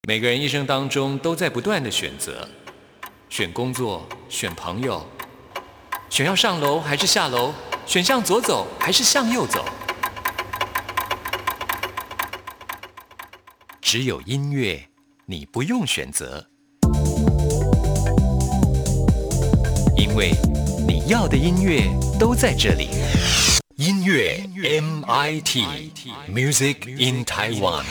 每个人一生当中都在不断的选择，选工作，选朋友，选要上楼还是下楼，选向左走还是向右走。只有音乐，你不用选择，因为你要的音乐都在这里。音乐 MIT Music in Taiwan。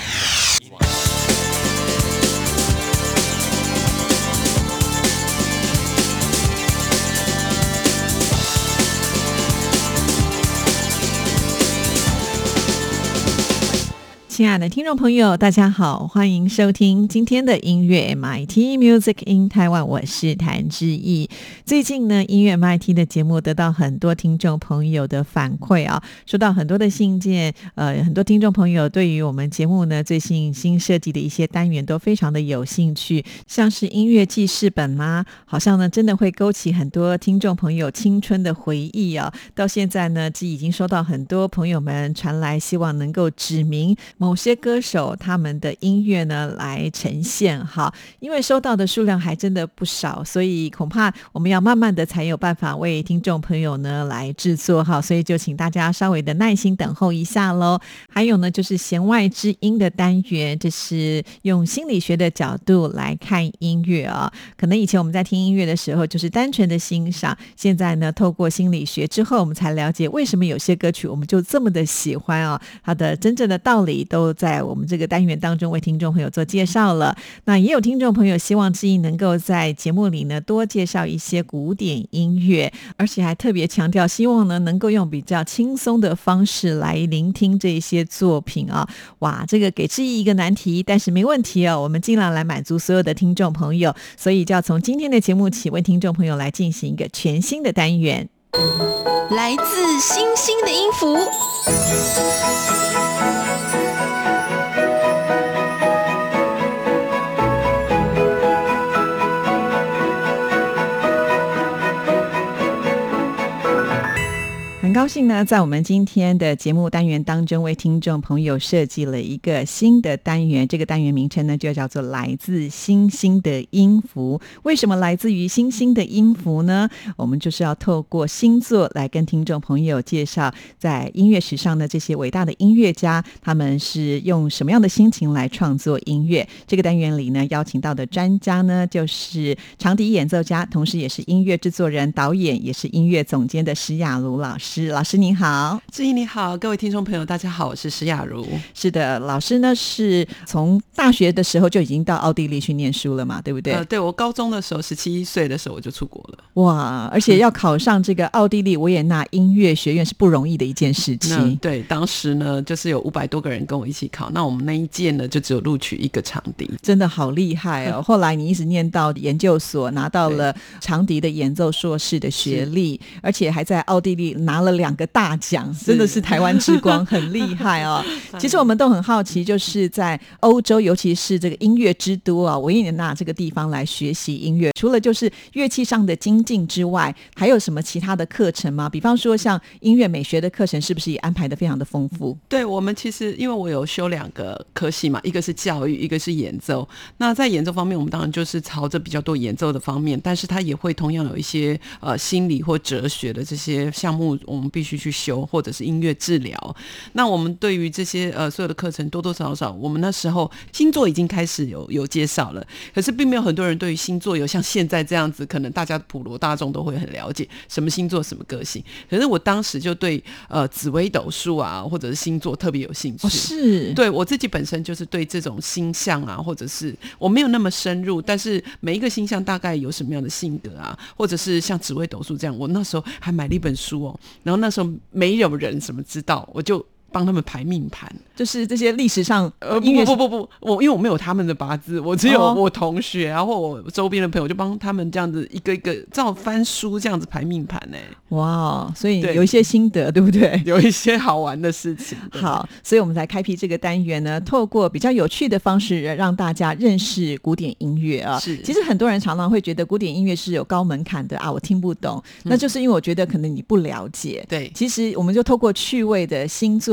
亲爱的听众朋友大家好，欢迎收听今天的音乐 MIT Music in Taiwan， 我是谭志毅。最近呢，音乐 MIT 的节目得到很多听众朋友的反馈啊，收到很多的信件，很多听众朋友对于我们节目呢最近新设计的一些单元都非常的有兴趣，像是音乐记事本啦，好像呢真的会勾起很多听众朋友青春的回忆啊。到现在呢，已经收到很多朋友们传来希望能够指明某些歌手他们的音乐呢来呈现哈，因为收到的数量还真的不少，所以恐怕我们要慢慢的才有办法为听众朋友呢来制作哈，所以就请大家稍微的耐心等候一下咯。还有呢就是弦外之音的单元，这是用心理学的角度来看音乐啊。可能以前我们在听音乐的时候就是单纯的欣赏，现在呢透过心理学之后，我们才了解为什么有些歌曲我们就这么的喜欢啊，它的真正的道理都在我们这个单元当中为听众朋友做介绍了。那也有听众朋友希望志毅能够在节目里呢多介绍一些古典音乐，而且还特别强调希望呢能够用比较轻松的方式来聆听这些作品啊。哇，这个给志毅一个难题，但是没问题哦，我们尽量来满足所有的听众朋友，所以就要从今天的节目起为听众朋友来进行一个全新的单元， 来自星星的音符。 很高兴呢，在我们今天的节目单元当中为听众朋友设计了一个新的单元，这个单元名称呢就叫做来自星星的音符。为什么来自于星星的音符呢？我们就是要透过星座来跟听众朋友介绍在音乐史上的这些伟大的音乐家，他们是用什么样的心情来创作音乐。这个单元里呢邀请到的专家呢就是长笛演奏家，同时也是音乐制作人、导演，也是音乐总监的施雅茹老师。老师您好。 志毅你好，各位听众朋友大家好，我是施雅茹。 是的，老师呢是从大学的时候就已经到奥地利去念书了嘛，对不对？ 对，我高中的时候17岁的时候我就出国了。 哇，而且要考上这个奥地利维也纳音乐学院是不容易的一件事情。 对，当时呢就是有500多个人跟我一起考，那我们那一届呢就只有录取一个长笛。 真的好厉害哦。后来你一直念到研究所，拿到了长笛的演奏硕士的学历，而且还在奥地利拿了2个大奖，真的是台湾之光，很厉害哦。其实我们都很好奇，就是在欧洲，尤其是这个音乐之都啊维也纳这个地方来学习音乐，除了就是乐器上的精进之外，还有什么其他的课程吗？比方说像音乐美学的课程是不是也安排的非常的丰富？ 对，我们其实因为我有修2个科系嘛，一个是教育，一个是演奏。那在演奏方面我们当然就是朝着比较多演奏的方面，但是它也会同样有一些心理或哲学的这些项目我们必须去修，或者是音乐治疗。那我们对于这些所有的课程多多少少，我们那时候星座已经开始有介绍了，可是并没有很多人对于星座有像现在这样子，可能大家普罗大众都会很了解什么星座什么个性。可是我当时就对紫微斗数啊或者是星座特别有兴趣。 是， 对，我自己本身就是对这种星象啊，或者是我没有那么深入，但是每一个星象大概有什么样的性格啊，或者是像紫微斗数这样，我那时候还买了一本书哦，然后那时候没有人什么知道，我就帮他们排命盘， 就是这些历史上不，因为我没有他们的八字，我只有我同学然后我周边的朋友，就帮他们这样子一个一个照翻书这样子排命盘。 哇，所以有一些心得，对不对？ 有一些好玩的事情。 好，所以我们才开辟这个单元呢，透过比较有趣的方式让大家认识古典音乐啊。 是， 其实很多人常常会觉得古典音乐是有高门槛的啊，我听不懂，那就是因为我觉得可能你不了解。 对， 其实我们就透过趣味的星座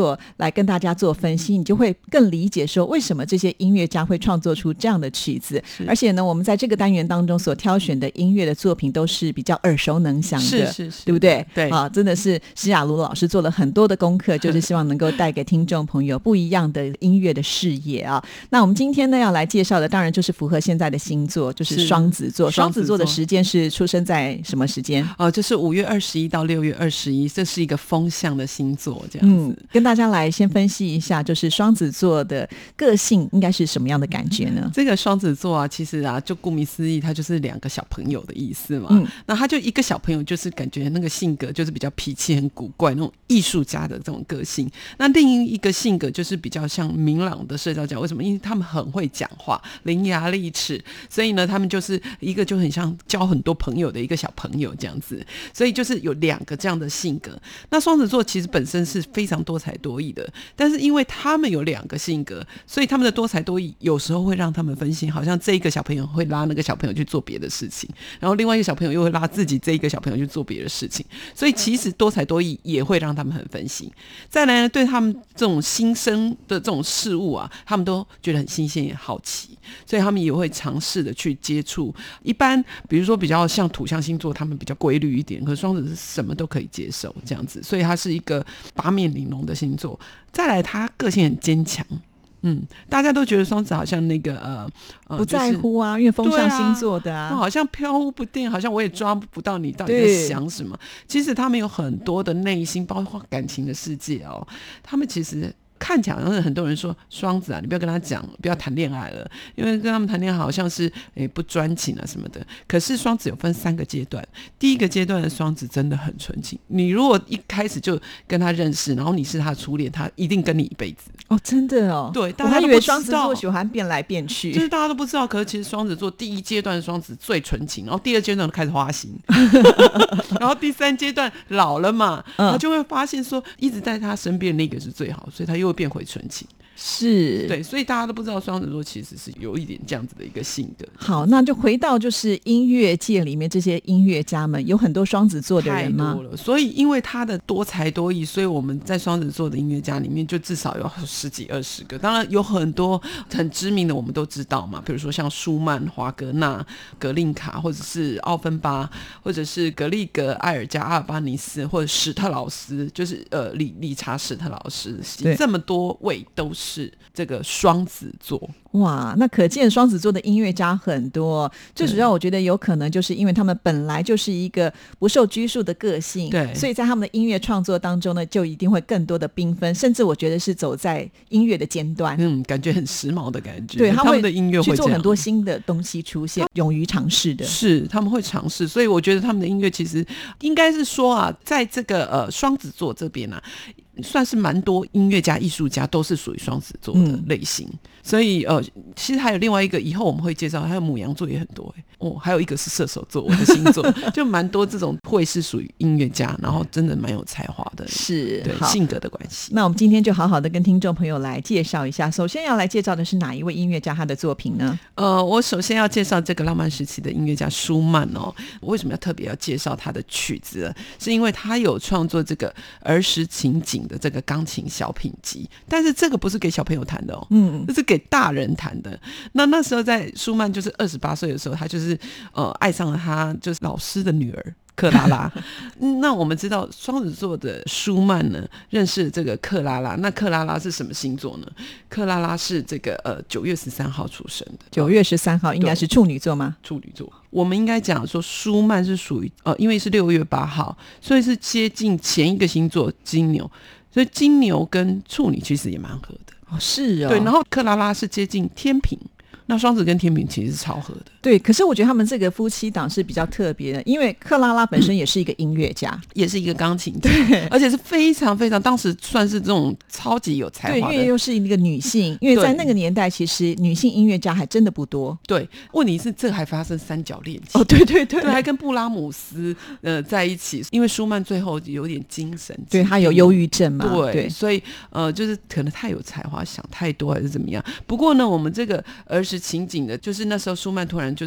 作来跟大家做分析，你就会更理解说为什么这些音乐家会创作出这样的曲子。而且呢，我们在这个单元当中所挑选的音乐的作品都是比较耳熟能详的， 是对不对？ 对啊，真的是施雅茹老师做了很多的功课，就是希望能够带给听众朋友不一样的音乐的视野啊。那我们今天呢要来介绍的当然就是符合现在的星座，就是双子座。双子座的时间是出生在什么时间？ 就是5月21到6月21，这是一个风象的星座，这样子。 跟大家来先分析一下，就是双子座的个性应该是什么样的感觉呢？ 这个双子座啊，其实啊，就顾名思义，它就是2个小朋友的意思嘛。那他就一个小朋友，就是感觉那个性格就是比较脾气很古怪，那种艺术家的这种个性。那另一个性格就是比较像明朗的社交家。为什么？因为他们很会讲话，伶牙俐齿，所以呢，他们就是一个就很像交很多朋友的一个小朋友这样子。所以就是有2个这样的性格。那双子座其实本身是非常多才多艺的，但是因为他们有2个性格，所以他们的多才多艺有时候会让他们分心，好像这一个小朋友会拉那个小朋友去做别的事情，然后另外一个小朋友又会拉自己这一个小朋友去做别的事情，所以其实多才多艺也会让他们很分心。再来呢，对他们这种新生的这种事物啊，他们都觉得很新鲜也好奇，所以他们也会尝试的去接触。一般比如说比较像土象星座，他们比较规律一点，可是双子是什么都可以接受这样子，所以他是一个八面玲珑的星座。再来他个性很坚强，大家都觉得双子好像那个不在乎啊，因为风象星座的啊， 好像飘忽不定，好像我也抓不到你到底在想什么。其实他们有很多的内心，包括感情的世界哦。他们其实看起来好像是很多人说双子啊，你不要跟他讲，不要谈恋爱了，因为跟他们谈恋爱好像是不专情啊什么的。可是双子有分3个阶段，第一个阶段的双子真的很纯情，你如果一开始就跟他认识，然后你是他的初恋，他一定跟你一辈子。 哦，真的哦。 对， 我还以为双子座喜欢变来变去， 就是大家都不知道。可是其实双子座第一阶段的双子最纯情，然后第2阶段开始花心然后第3阶段老了嘛，他就会发现说一直在他身边那个是最好，所以他又会变回纯情。 是， 对，所以大家都不知道双子座其实是有一点这样子的一个性格。 好，那就回到就是音乐界里面这些音乐家们，有很多双子座的人吗？ 太多了，所以因为他的多才多艺，所以我们在双子座的音乐家里面就至少有10几20个。当然有很多很知名的我们都知道嘛，比如说像舒曼、华格纳、格林卡，或者是奥芬巴，或者是格里格、埃尔加、阿尔巴尼斯，或者史特劳斯，就是理查史特劳斯，这么多位都是这个双子座。 哇，那可见双子座的音乐家很多。最主要我觉得有可能就是因为他们本来就是一个不受拘束的个性， 对， 所以在他们的音乐创作当中呢，就一定会更多的缤纷，甚至我觉得是走在音乐的尖端， 感觉很时髦的感觉。 对， 他们的音乐会去做很多新的东西出现，勇于尝试的。 是，他们会尝试，所以我觉得他们的音乐其实应该是说啊，在这个双子座这边啊，算是蛮多音乐家艺术家都是属于双子座的类型。所以其实还有另外一个以后我们会介绍，还有牡羊座也很多还有一个是射手座，我的星座就蛮多这种会是属于音乐家，然后真的蛮有才华的， 是对性格的关系。 那我们今天就好好的跟听众朋友来介绍一下，首先要来介绍的是哪一位音乐家他的作品呢？ 我首先要介绍这个浪漫时期的音乐家舒曼哦。我为什么要特别要介绍他的曲子呢？是因为他有创作这个儿时情景的这个钢琴小品集，但是这个不是给小朋友弹的哦，这是给大人弹的。那时候在舒曼就是28岁的时候，他就是爱上了他就是老师的女儿克拉拉那我们知道双子座的舒曼呢认识这个克拉拉，那克拉拉是什么星座呢？克拉拉是这个9月13号出生的。9月 13号应该是处女座吗？ 处女座。我们应该讲说舒曼是属于因为是6月8号，所以是接近前一个星座金牛，所以金牛跟处女其实也蛮合的。 是哦。 对，然后克拉拉是接近天秤，那双子跟天秤其实是超合的。 对，可是我觉得他们这个夫妻档是比较特别的，因为克拉拉本身也是一个音乐家， 也是一个钢琴家，而且是非常非常当时算是这种超级有才华的。 对，因为又是一个女性，因为在那个年代其实女性音乐家还真的不多。 对，问题是这还发生三角恋情。 哦，对对对， 对，还跟布拉姆斯在一起，因为舒曼最后有点精神， 对，他有忧郁症嘛。 对，所以就是可能太有才华，想太多还是怎么样。不过呢，我们这个儿时情景的，就是那时候舒曼突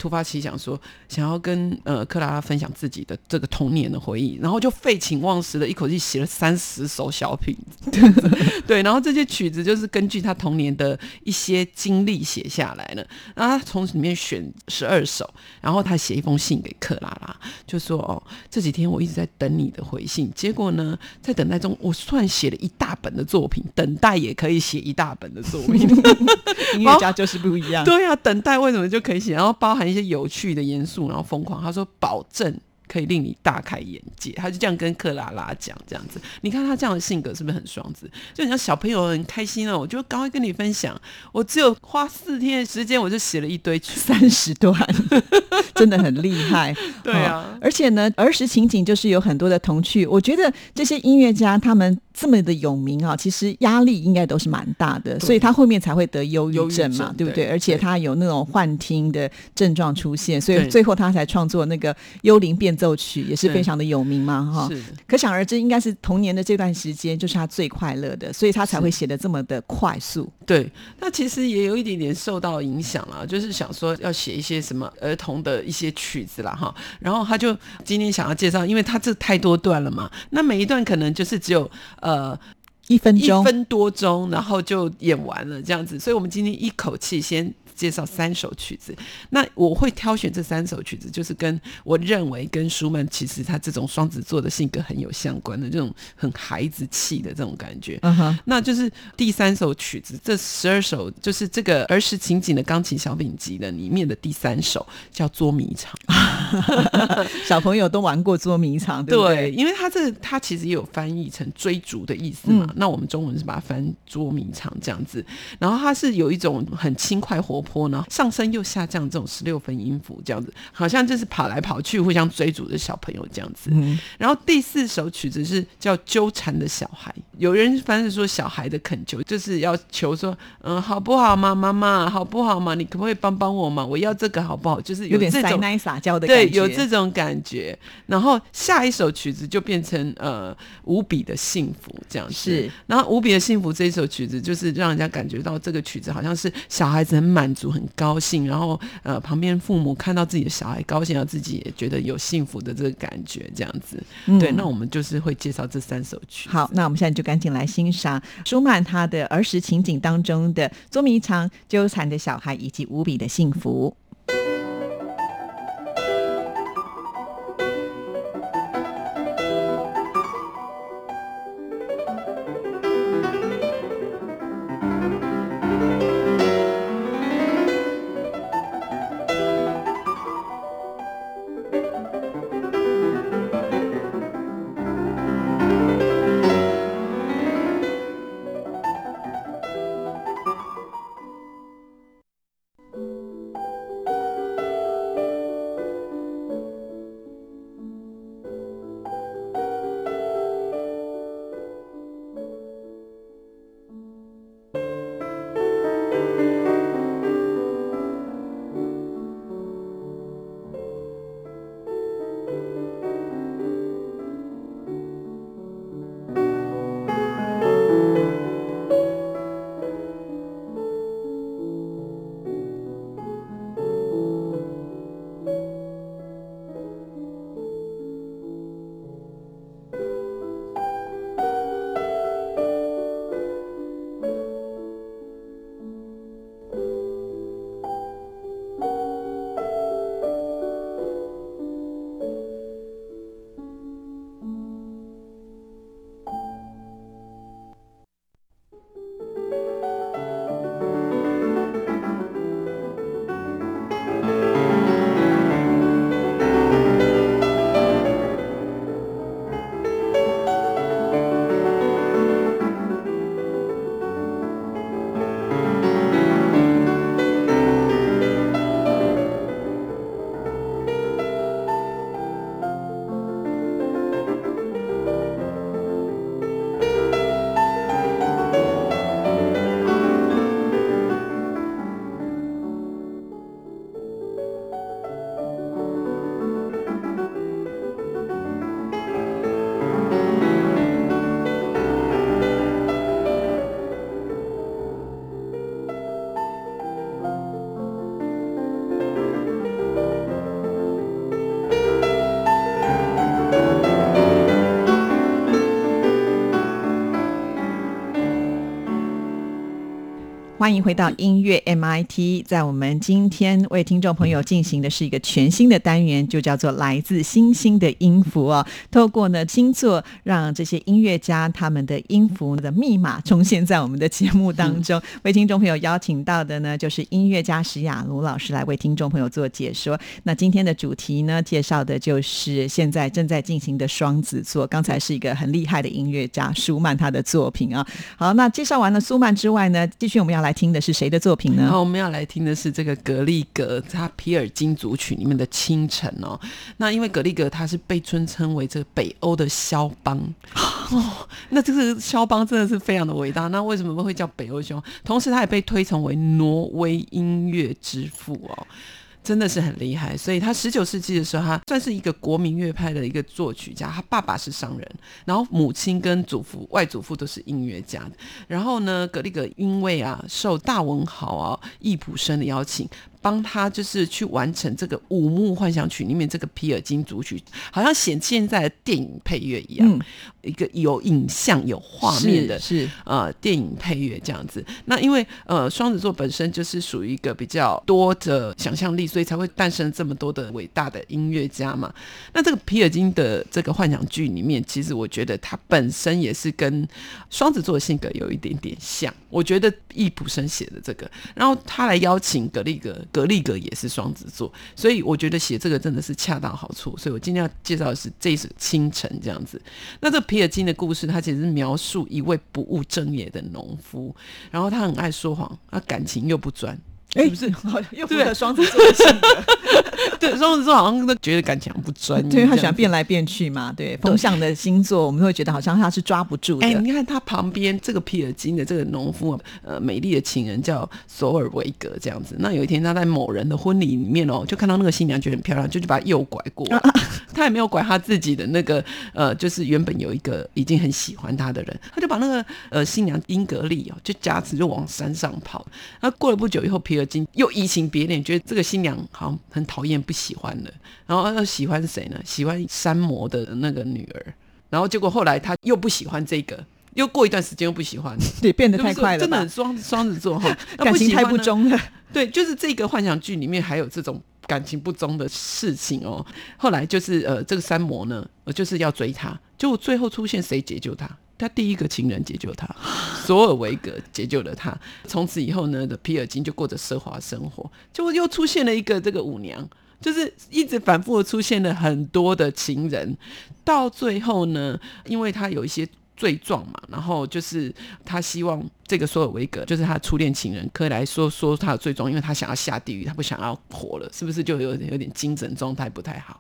突发奇想说想要跟克拉拉分享自己的这个童年的回忆，然后就废寝忘食的一口气写了30首小品对，然后这些曲子就是根据他童年的一些经历写下来的，然后他从里面选12首，然后他写一封信给克拉拉，就说这几天我一直在等你的回信，结果呢在等待中我突然写了一大本的作品，等待也可以写一大本的作品音乐家就是不一样。 对啊，等待为什么就可以写，然后包含一些有趣的严肃然后疯狂，他说保证可以令你大开眼界，他就这样跟克拉拉讲，这样子你看他这样的性格是不是很双子，就很像小朋友很开心我就赶快跟你分享，我只有花4天的时间我就写了一堆曲 30段真的很厉害对啊而且呢儿时情景就是有很多的童趣，我觉得这些音乐家他们这么的有名其实压力应该都是蛮大的，所以他后面才会得忧郁症嘛，对不对？而且他有那种幻听的症状出现，所以最后他才创作那个幽灵变奏曲，也是非常的有名嘛可想而知应该是童年的这段时间就是他最快乐的，所以他才会写得这么的快速。 对，那其实也有一点点受到影响啦，就是想说要写一些什么儿童的一些曲子啦然后他就今天想要介绍，因为他这太多段了嘛，那每一段可能就是只有 1分钟 1分多钟，然后就演完了这样子，所以我们今天一口气先介绍3首曲子。那我会挑选这3首曲子，就是跟我认为跟舒曼其实他这种双子座的性格很有相关的这种很孩子气的这种感觉。那就是第3首曲子，这12首就是这个儿时情景的钢琴小品集的里面的第3首叫捉迷藏小朋友都玩过捉迷藏，对不对？ 对，因为他其实也有翻译成追逐的意思嘛，那我们中文是把它翻捉迷藏这样子，然后它是有一种很轻快活泼，然后上升又下降这种16分音符这样子，好像就是跑来跑去互相追逐的小朋友这样子。然后第4首曲子是叫纠缠的小孩，有人翻是说小孩的恳求，就是要求说好不好嘛妈妈，好不好嘛，你可不可以帮帮我嘛，我要这个好不好，就是有点这种塞奶撒娇的感觉， 对，有这种感觉。然后下一首曲子就变成无比的幸福这样子， 是。 然后无比的幸福这一首曲子就是让人家感觉到这个曲子好像是小孩子很满足很高兴，然后旁边父母看到自己的小孩高兴，然后自己也觉得有幸福的这个感觉这样子。对，那我们就是会介绍这3首曲子。 好，那我们现在就赶紧来欣赏舒曼他的儿时情景当中的捉迷藏、纠缠的小孩以及无比的幸福。 欢迎回到音乐 MIT。 在我们今天为听众朋友进行的是一个全新的单元，就叫做来自星星的音符哦。透过呢星座，让这些音乐家他们的音符的密码重现在我们的节目当中。为听众朋友邀请到的呢，就是音乐家史雅茹老师来为听众朋友做解说。那今天的主题呢，介绍的就是现在正在进行的双子座。刚才是一个很厉害的音乐家舒曼他的作品啊。好，那介绍完了舒曼之外呢，继续我们要来听的是谁的作品呢？ 我们要来听的是这个格里格他皮尔金组曲里面的清晨哦。那因为格里格他是被尊称为这个北欧的肖邦那这个肖邦真的是非常的伟大。那为什么会叫北欧肖邦？同时他也被推崇为挪威音乐之父哦。真的是很厉害，所以他19世纪的时候，他算是一个国民乐派的一个作曲家。他爸爸是商人，然后母亲跟外祖父都是音乐家。然后呢，格里格因为受大文豪易卜生的邀请，帮他就是去完成这个五幕幻想曲里面这个皮尔金组曲，好像显现在的电影配乐一样，一个有影像有画面的电影配乐这样子。那因为双子座本身就是属于一个比较多的想象力，所以才会诞生这么多的伟大的音乐家嘛。那这个皮尔金的这个幻想剧里面，其实我觉得他本身也是跟双子座的性格有一点点像。我觉得易卜生写的这个，然后他来邀请格里格也是双子座，所以我觉得写这个真的是恰到好处。所以我今天要介绍的是这一首清晨这样子。那这个皮尔金的故事，他其实是描述一位不务正业的农夫，然后他很爱说谎，他感情又不专，是不是？ 又符合双子座的性格对，双子座好像都觉得感情不专一， 对，他喜欢变来变去嘛。对，风象的星座我们会觉得好像他是抓不住的。 你看他旁边这个皮尔金的这个农夫美丽的情人叫索尔维格这样子。那有一天他在某人的婚礼里面就看到那个新娘觉得很漂亮，就把她诱拐过来他也没有拐他自己的那个就是原本有一个已经很喜欢他的人，他就把那个新娘英格丽就夹持就往山上跑。然后过了不久以后，皮尔金又移情别恋，觉得这个新娘好像很讨厌不喜欢了，然后要喜欢谁呢？喜欢山魔的那个女儿。然后结果后来他又不喜欢这个，又过一段时间又不喜欢， 对，变得太快了吧， 真的很双子座感情太不忠了。 对，就是这个幻想剧里面还有这种感情不忠的事情哦。后来就是这个山魔呢，就是要追他，结果最后出现谁解救他？他第一个情人解救他，索尔维格解救了他。从此以后呢，皮尔金就过着奢华生活。结果又出现了一个这个舞娘，就是一直反复的出现了很多的情人。到最后呢，因为他有一些罪状嘛，然后就是他希望这个索尔维格，就是他的初恋情人，可以来说他的罪状，因为他想要下地狱，他不想要活了，是不是就有点精神状态不太好？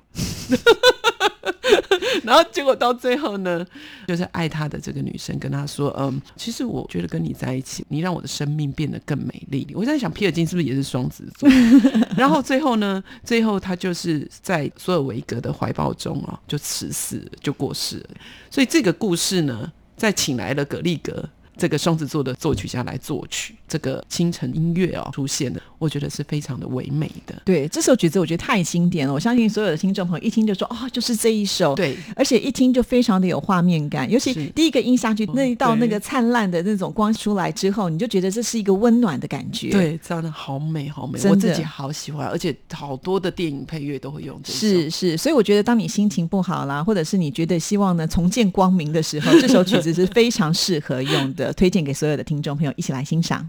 然后结果到最后呢，就是爱他的这个女生跟他说，其实我觉得跟你在一起，你让我的生命变得更美丽。我在想皮尔金是不是也是双子座？然后最后他就是在索尔维格的怀抱中就辞世了，就过世了。所以这个故事呢，在请来了格里格这个双子座的作曲家来作曲，这个清晨音乐出现的，我觉得是非常的唯美的。 对，这首曲子我觉得太经典了，我相信所有的听众朋友一听就说就是这一首。 对， 而且一听就非常的有画面感，尤其第一个音下去，那一道那个灿烂的那种光出来之后，你就觉得这是一个温暖的感觉。 对，这样的好美好美，我自己好喜欢，而且好多的电影配乐都会用这首。 是，所以我觉得当你心情不好啦，或者是你觉得希望呢重见光明的时候，这首曲子是非常适合用的，推荐给所有的听众朋友一起来欣赏。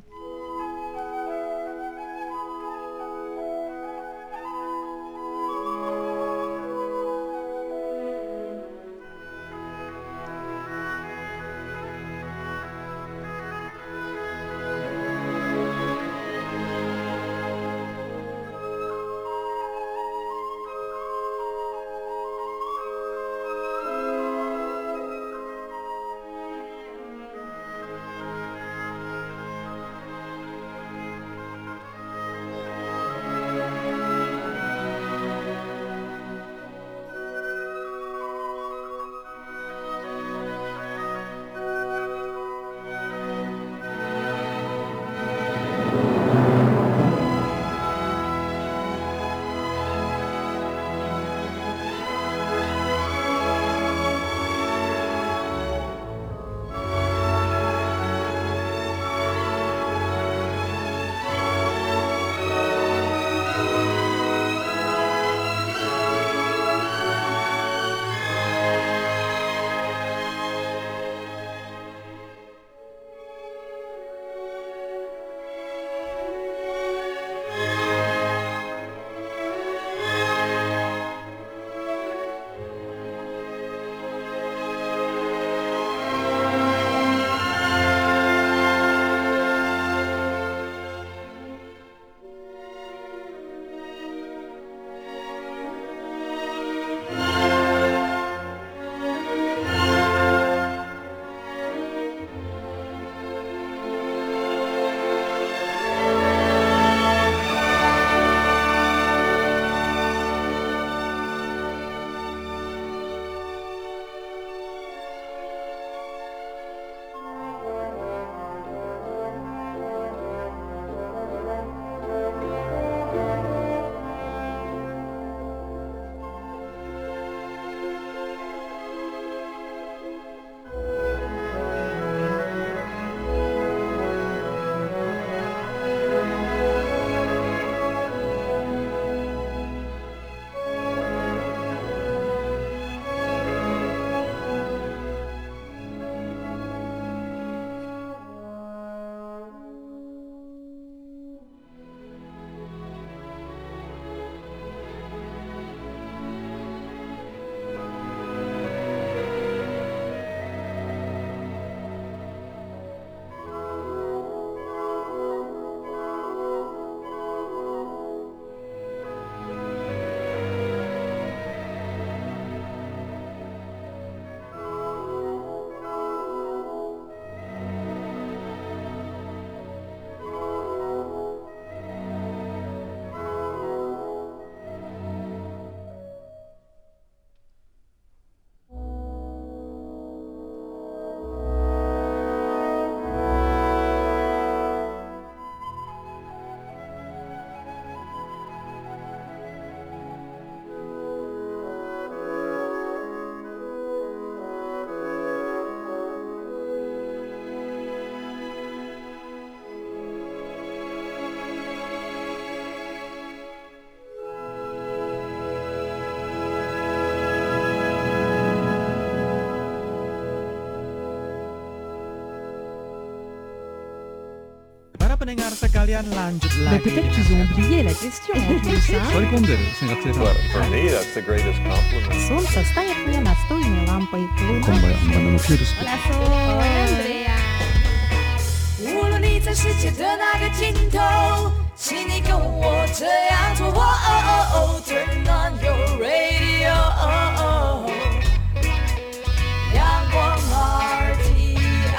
pendengar sekalian, lanjut Mais lagi peut-être dengan qu'ils ont Sehat. oublié la question en plus. 割り込んでるsen学生さん For me, that's the greatest compliment. Солнце станет мне настольной лампой. こんばんはバナナのフィールス Hola, Sol. Andrea. 无论你在世界的哪个尽头，请你跟我这样做。Turn on your radio， 阳光 RTI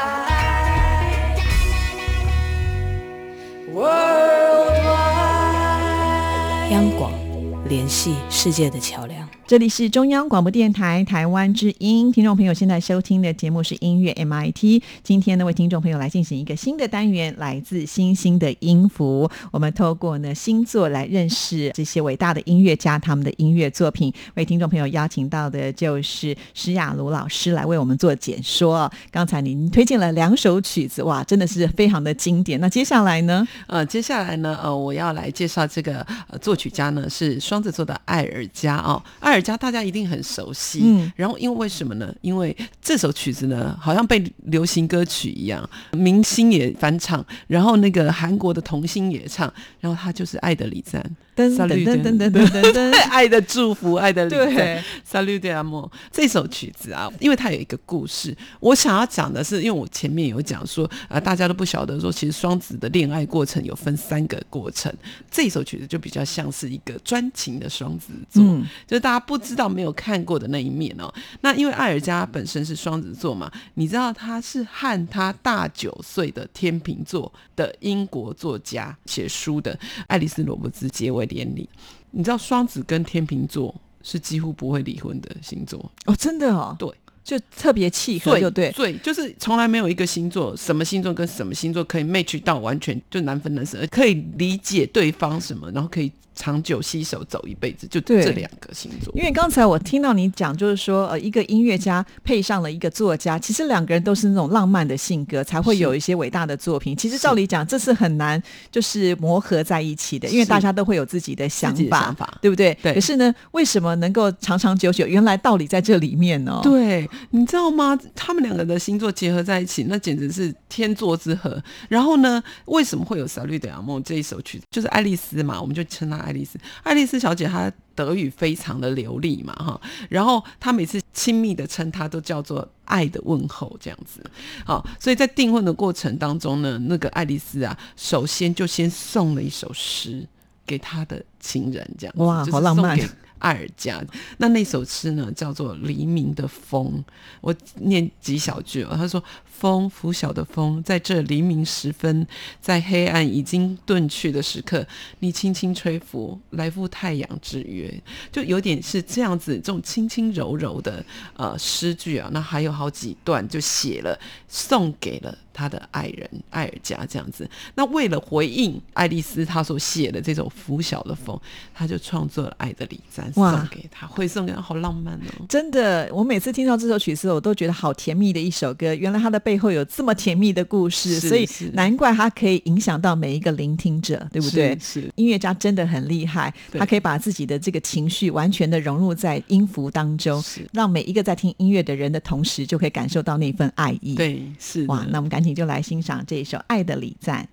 Worldwide。 央广，联系世界的桥梁。 这里是中央广播电台台湾之音，听众朋友现在收听的节目是音乐 MIT。今天呢，为听众朋友来进行一个新的单元，来自星星的音符。我们透过呢星座来认识这些伟大的音乐家，他们的音乐作品。为听众朋友邀请到的就是施雅茹老师来为我们做解说。刚才您推荐了2首曲子，哇，真的是非常的经典。那接下来呢？ 接下来呢，我要来介绍这个作曲家呢是双子座的艾尔加哦。艾尔加大家一定很熟悉，然后因为什么呢？因为这首曲子呢，好像被流行歌曲一样，明星也翻唱，然后那个韩国的童星也唱，然后他就是爱的礼赞。 噔噔噔噔噔噔噔噔， 爱的祝福，爱的礼赞对 ，Salut de Amour 这首曲子啊，因为它有一个故事，我想要讲的是，因为我前面有讲说，大家都不晓得说，其实双子的恋爱过程有分3个过程，这首曲子就比较像是一个专情的双子座，就是大家不知道没有看过的那一面哦。那因为艾尔加本身是双子座嘛，你知道他是和他大9岁的天秤座的英国作家写书的爱丽丝罗伯兹结为连理。你知道双子跟天秤座是几乎不会离婚的星座哦，真的哦， 对， 就特别契合，就对， 就是从来没有一个星座，什么星座跟什么星座可以 match 到完全就难分难舍，可以理解对方什么，然后可以长久携手走一辈子，就这2个星座。 因为刚才我听到你讲，就是说一个音乐家配上了一个作家，其实2个人都是那种浪漫的性格，才会有一些伟大的作品。其实照理讲，这是很难就是磨合在一起的，因为大家都会有自己的想法，对不对？ 对。 可是呢，为什么能够长长久久？原来道理在这里面呢。 对，你知道吗？他们2个的星座结合在一起，那简直是天作之合。然后呢，为什么会有《Salut de Amour》这一首曲子？就是爱丽丝嘛，我们就称她爱丽丝小姐，她德语非常的流利嘛哈，然后她每次亲密的称她都叫做爱的问候这样子。好，所以在订婚的过程当中呢，那个爱丽丝啊，首先就先送了一首诗给她的情人这样子， 哇，好浪漫。 艾尔加，那首诗呢叫做《黎明的风》，我念几小句哦。他说：“风，拂晓的风，在这黎明时分，在黑暗已经遁去的时刻，你轻轻吹拂，来赴太阳之约。”就有点是这样子，这种轻轻柔柔的诗句啊。那还有好几段就写了，送给了他的爱人艾尔加这样子。那为了回应爱丽丝她所写的这种拂晓的风，他就创作了爱的礼赞送给他，会送给他，好浪漫哦！ 真的，我每次听到这首曲子，我都觉得好甜蜜的一首歌。原来它的背后有这么甜蜜的故事，所以难怪它可以影响到每一个聆听者，对不对？ 是音乐家真的很厉害，他可以把自己的这个情绪完全的融入在音符当中，让每一个在听音乐的人的同时，就可以感受到那份爱意。 对，是哇，那我们赶紧就来欣赏这一首《爱的礼赞》。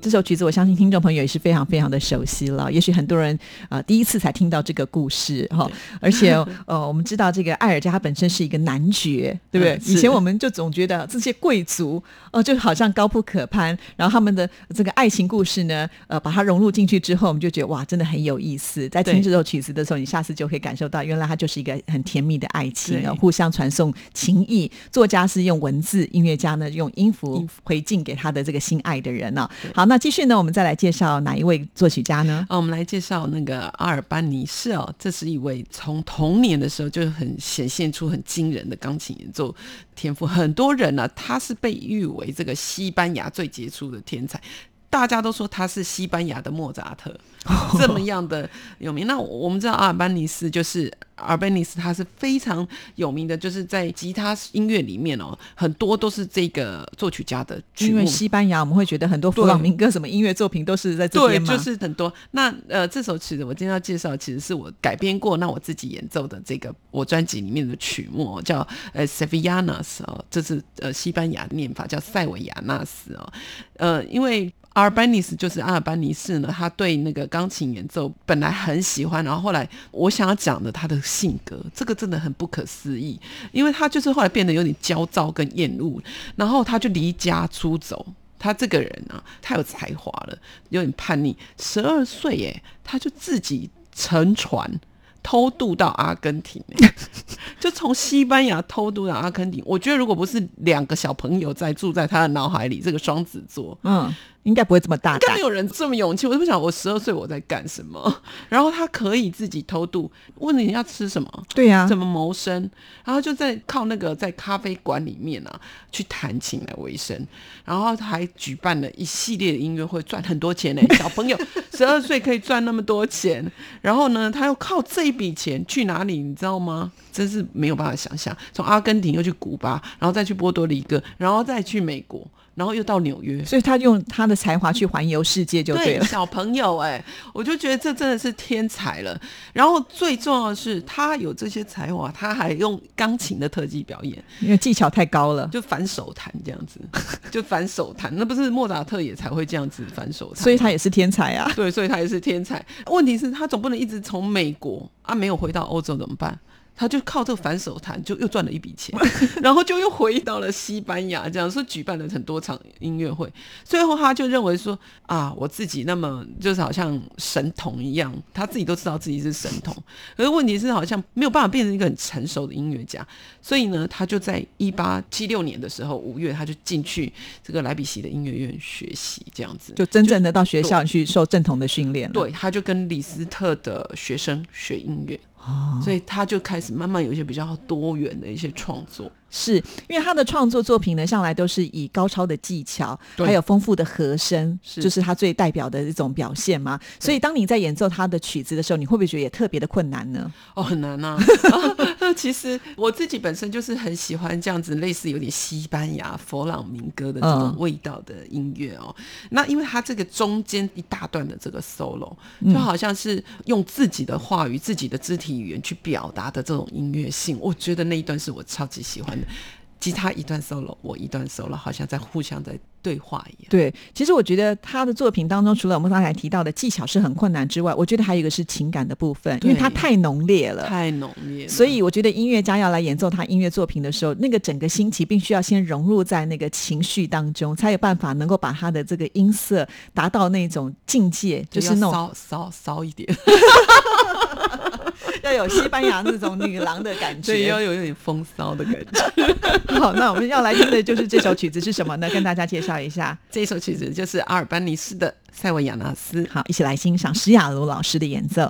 这首曲子我相信听众朋友也是非常非常的熟悉了，也许很多人第一次才听到这个故事哈，而且我们知道这个艾尔加他本身是一个男爵，对不对？以前我们就总觉得这些贵族就好像高不可攀，然后他们的这个爱情故事呢把它融入进去之后，我们就觉得哇真的很有意思。在听这首曲子的时候，你下次就可以感受到原来它就是一个很甜蜜的爱情，互相传送情谊。作家是用文字，音乐家呢用音符回敬给他的这个心爱的人啊。好，那继续呢，我们再来介绍哪一位作曲家呢？ 我们来介绍那个阿尔班尼士这是一位从童年的时候就很显现出很惊人的钢琴演奏天赋，很多人呢他是被誉为这个西班牙最杰出的天才，大家都说他是西班牙的莫扎特，这么样的有名。那我们知道阿尔班尼斯他是非常有名的，就是在吉他音乐里面很多都是这个作曲家的曲目。 因为西班牙我们会觉得很多弗朗明哥什么音乐作品都是在这边嘛， 对，就是很多。那这首曲子我今天要介绍其实是我改编过，那我自己演奏的这个我专辑里面的曲目叫Sevillanas 这是西班牙的念法叫塞维亚纳斯因为阿尔班尼士呢，他对那个钢琴演奏本来很喜欢，然后后来我想要讲的他的性格，这个真的很不可思议，因为他就是后来变得有点焦躁跟厌恶，然后他就离家出走。他这个人啊，太有才华了，有点叛逆，12岁耶，他就自己乘船偷渡到阿根廷就从西班牙偷渡到阿根廷。我觉得如果不是2个小朋友在住在他的脑海里，这个双子座应该不会这么大胆， 应该没有人这么勇气。我就不想我12岁我在干什么，然后他可以自己偷渡，问你要吃什么， 对啊， 怎么谋生，然后就在靠那个在咖啡馆里面去弹琴来维生，然后他还举办了一系列的音乐会，赚很多钱小朋友12岁可以赚那么多钱，然后呢他又靠这一笔钱去哪里你知道吗？真是没有办法想象，从阿根廷又去古巴，然后再去波多黎各，然后再去美国，然后又到纽约， 所以他用他的才华去环游世界就对了。 对，小朋友我就觉得这真的是天才了。然后最重要的是他有这些才华，他还用钢琴的特技表演， 因为技巧太高了， 就反手弹这样子就反手弹，那不是莫扎特也才会这样子反手弹， 所以他也是天才啊。 对，所以他也是天才。问题是他总不能一直从美国没有回到欧洲怎么办？他就靠这个反手弹就又赚了一笔钱然后就又回到了西班牙，这样说举办了很多场音乐会。最后他就认为说我自己那么就是好像神童一样，他自己都知道自己是神童，可是问题是好像没有办法变成一个很成熟的音乐家。所以呢他就在1876年的时候5月他就进去这个莱比锡的音乐院学习，这样子就真正的到学校去受正统的训练了。 对，他就跟李斯特的学生学音乐所以他就开始慢慢有一些比较多元的一些创作。 是因为他的创作作品呢向来都是以高超的技巧还有丰富的和声就是他最代表的一种表现嘛，所以当你在演奏他的曲子的时候，你会不会觉得也特别的困难呢？ 很难啊其实我自己本身就是很喜欢这样子类似有点西班牙佛朗明哥的这种味道的音乐那因为他这个中间一大段的这个 solo 就好像是用自己的话语自己的肢体语言去表达的这种音乐性，我觉得那一段是我超级喜欢的。吉他一段 solo 我一段 solo， 好像在互相在对话一样。 对，其实我觉得他的作品当中除了我们刚才提到的技巧是很困难之外，我觉得还有一个是情感的部分，因为它太浓烈了，所以我觉得音乐家要来演奏他音乐作品的时候，那个整个心情必须要先融入在那个情绪当中，才有办法能够把他的这个音色达到那种境界，就是那种骚一点要有西班牙那种女郎的感觉， 对，要有点风骚的感觉好，那我们要来听的就是这首曲子是什么呢？跟大家介绍一下。 这首曲子就是阿尔班尼士的塞维亚纳斯。 好，一起来欣赏施雅茹老师的演奏。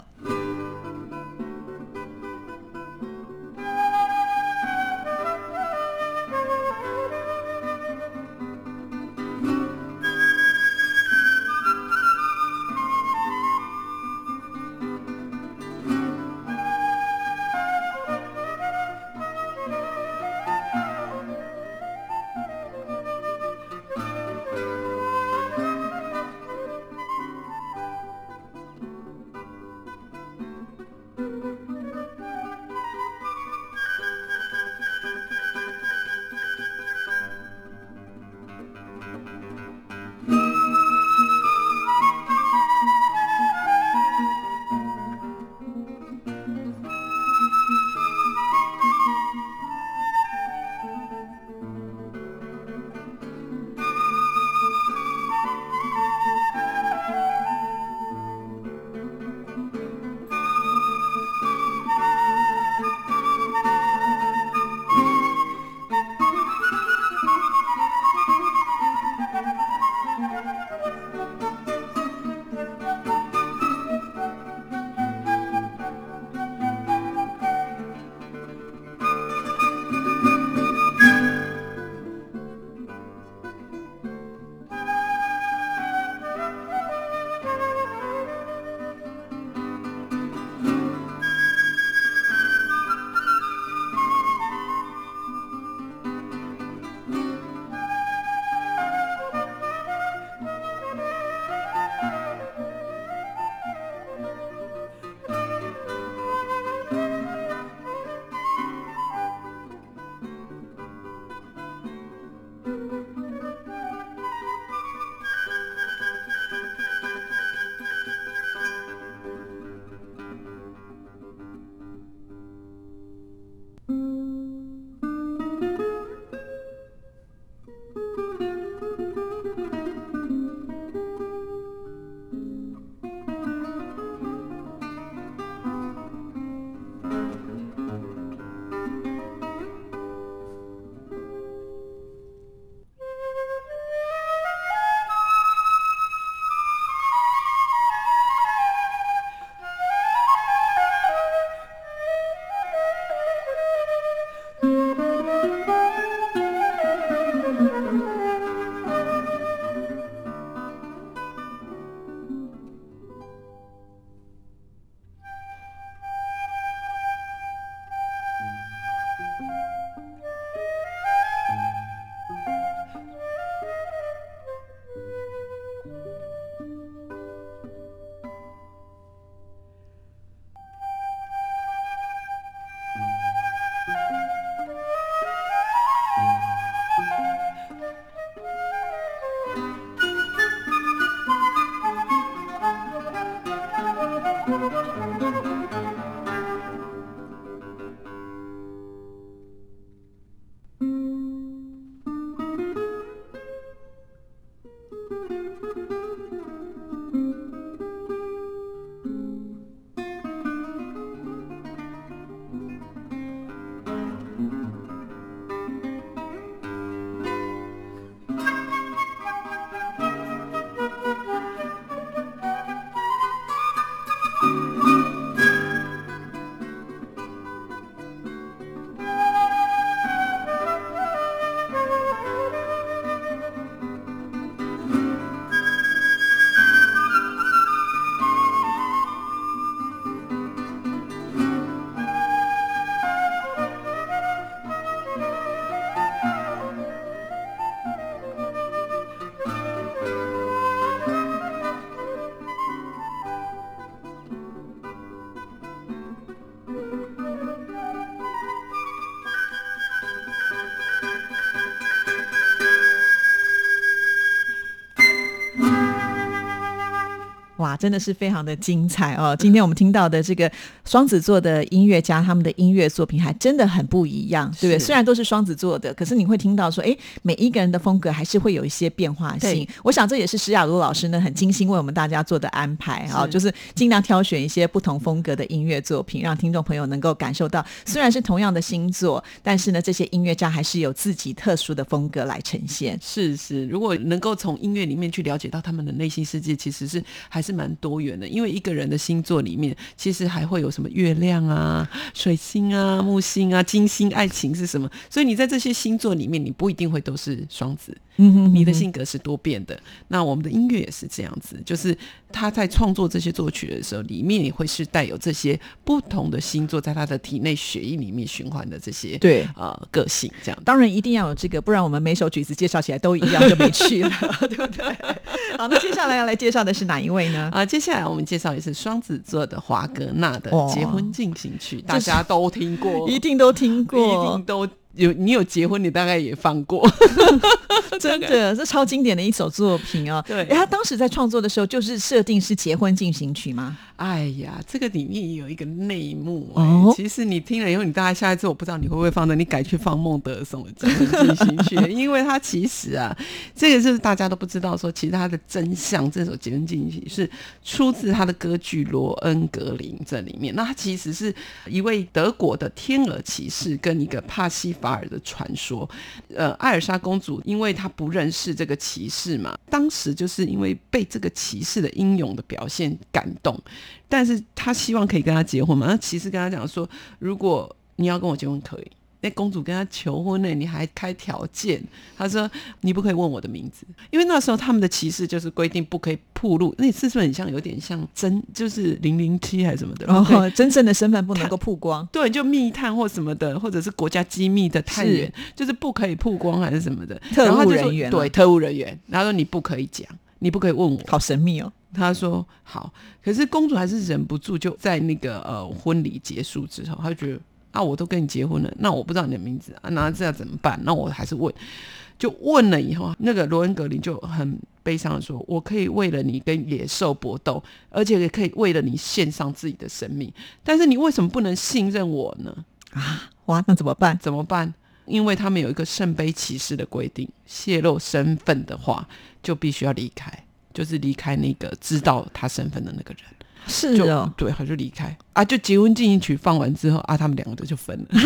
哇，真的是非常的精彩哦！今天我们听到的这个双子座的音乐家，他们的音乐作品还真的很不一样，对不对？虽然都是双子座的，可是你会听到说，每一个人的风格还是会有一些变化性。我想这也是施雅茹老师呢很精心为我们大家做的安排啊，就是尽量挑选一些不同风格的音乐作品，让听众朋友能够感受到，虽然是同样的星座，但是呢，这些音乐家还是有自己特殊的风格来呈现。 是，如果能够从音乐里面去了解到他们的内心世界，其实还是蛮多元的。因为一个人的星座里面，其实还会有什么月亮啊、水星啊、木星啊、金星、爱情是什么，所以你在这些星座里面，你不一定会都是双子。你的性格是多变的。那我们的音乐也是这样子，就是他在创作这些作曲的时候，里面也会是带有这些不同的星座在他的体内血液里面循环的这些个性这样。 当然一定要有这个，不然我们每首曲子介绍起来都一样就没趣了对不对？好，那接下来要来介绍的是哪一位呢？ 接下来我们介绍也是双子座的华格纳的结婚进行曲，大家都听过， 一定都听过， 一定都你有结婚，你大概也放过真的，这超经典的一首作品哦。 对， 他当时在创作的时候就是设定是结婚进行曲吗？ 哎呀，这个里面有一个内幕其实你听了以后，你大概下一次我不知道你会不会放的，你改去放孟德松的结婚进行曲因为他其实这个是大家都不知道说，其实他的真相，这首结婚进行曲是出自他的歌剧《罗恩格林》这里面。那他其实是一位德国的天鹅骑士跟一个帕西法尔的传说。艾尔莎公主因为她不认识这个骑士嘛，当时就是因为被这个骑士的英勇的表现感动，但是她希望可以跟他结婚嘛。那骑士跟他讲说，如果你要跟我结婚可以。那公主跟他求婚呢，你还开条件，他说你不可以问我的名字，因为那时候他们的骑士就是规定不可以暴露，那是不是很像有点像就是007还是什么的真正的身份不能够曝光， 对，就密探或什么的，或者是国家机密的探员，就是不可以曝光还是什么的， 特务人员对，特务人员，然后说你不可以讲，你不可以问我， 好神秘哦。 他说好，可是公主还是忍不住，就在那个婚礼结束之后，他就觉得我都跟你结婚了，那我不知道你的名字那这样怎么办？那我还是问，就问了以后，那个罗恩格林就很悲伤的说，我可以为了你跟野兽搏斗，而且也可以为了你献上自己的生命，但是你为什么不能信任我呢？ 哇，那怎么办？ 因为他们有一个圣杯骑士的规定，泄露身份的话就必须要离开，就是离开那个知道他身份的那个人。 是哦， 对，他就离开就结婚进行曲放完之后他们两个就分了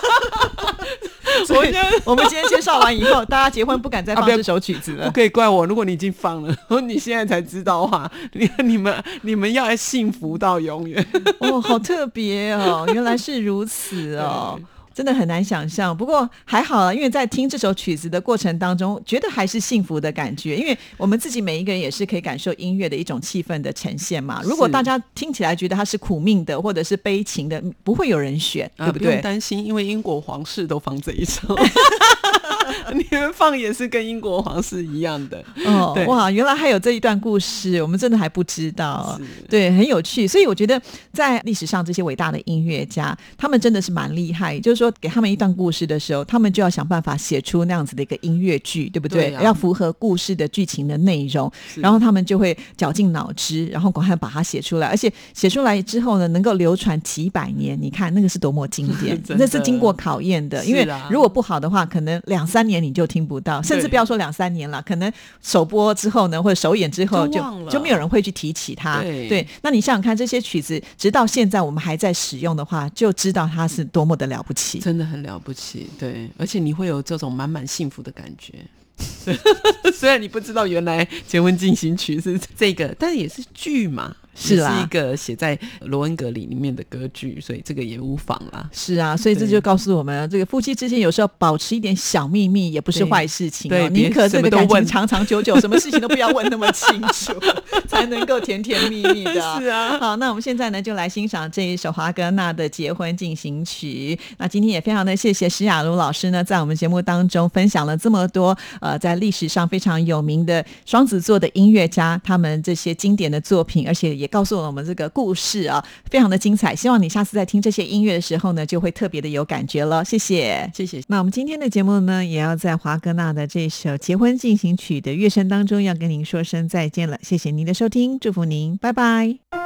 所以我们今天介绍完以后大家结婚不敢再放这首曲子了不可以怪我，如果你已经放了你现在才知道的话，你们要幸福到永远好特别哦，原来是如此哦真的很难想象，不过还好了，因为在听这首曲子的过程当中觉得还是幸福的感觉，因为我们自己每一个人也是可以感受音乐的一种气氛的呈现嘛。如果大家听起来觉得它是苦命的或者是悲情的，不会有人选对不对？ 不用担心，因为英国皇室都放这一首你们放也是跟英国皇室一样的哇，原来还有这一段故事，我们真的还不知道对，很有趣。所以我觉得在历史上这些伟大的音乐家，他们真的是蛮厉害，就是说给他们一段故事的时候，他们就要想办法写出那样子的一个音乐剧，对不对？要符合故事的剧情的内容，然后他们就会绞尽脑汁，然后赶快把它写出来，而且写出来之后呢，能够流传几百年，你看那个是多么经典那是经过考验的，因为如果不好的话可能2-3年你就听不到，甚至不要说2-3年了，可能首播之后呢，或者首演之后就没有人会去提起它。对，那你想想看，这些曲子直到现在我们还在使用的话，就知道它是多么的了不起， 真的很了不起。对，而且你会有这种满满幸福的感觉虽然你不知道原来结婚进行曲是这个，但是也是剧嘛，是一个写在罗恩格里里面的歌剧，所以这个也无妨啦。 是啊，所以这就告诉我们，这个夫妻之间有时候保持一点小秘密也不是坏事情哦。宁可这个感情长长久久，什么事情都不要问那么清楚才能够甜甜蜜蜜的是啊。好，那我们现在呢就来欣赏这一首华格纳的结婚进行曲。那今天也非常的谢谢施雅茹老师呢，在我们节目当中分享了这么多在历史上非常有名的双子座的音乐家他们这些经典的作品，而且也告诉了我们这个故事啊，非常的精彩。希望你下次在听这些音乐的时候呢，就会特别的有感觉了。谢谢， 谢谢。 那我们今天的节目呢，也要在华格纳的这首《结婚进行曲》的乐声当中，要跟您说声再见了。谢谢您的收听，祝福您，拜拜。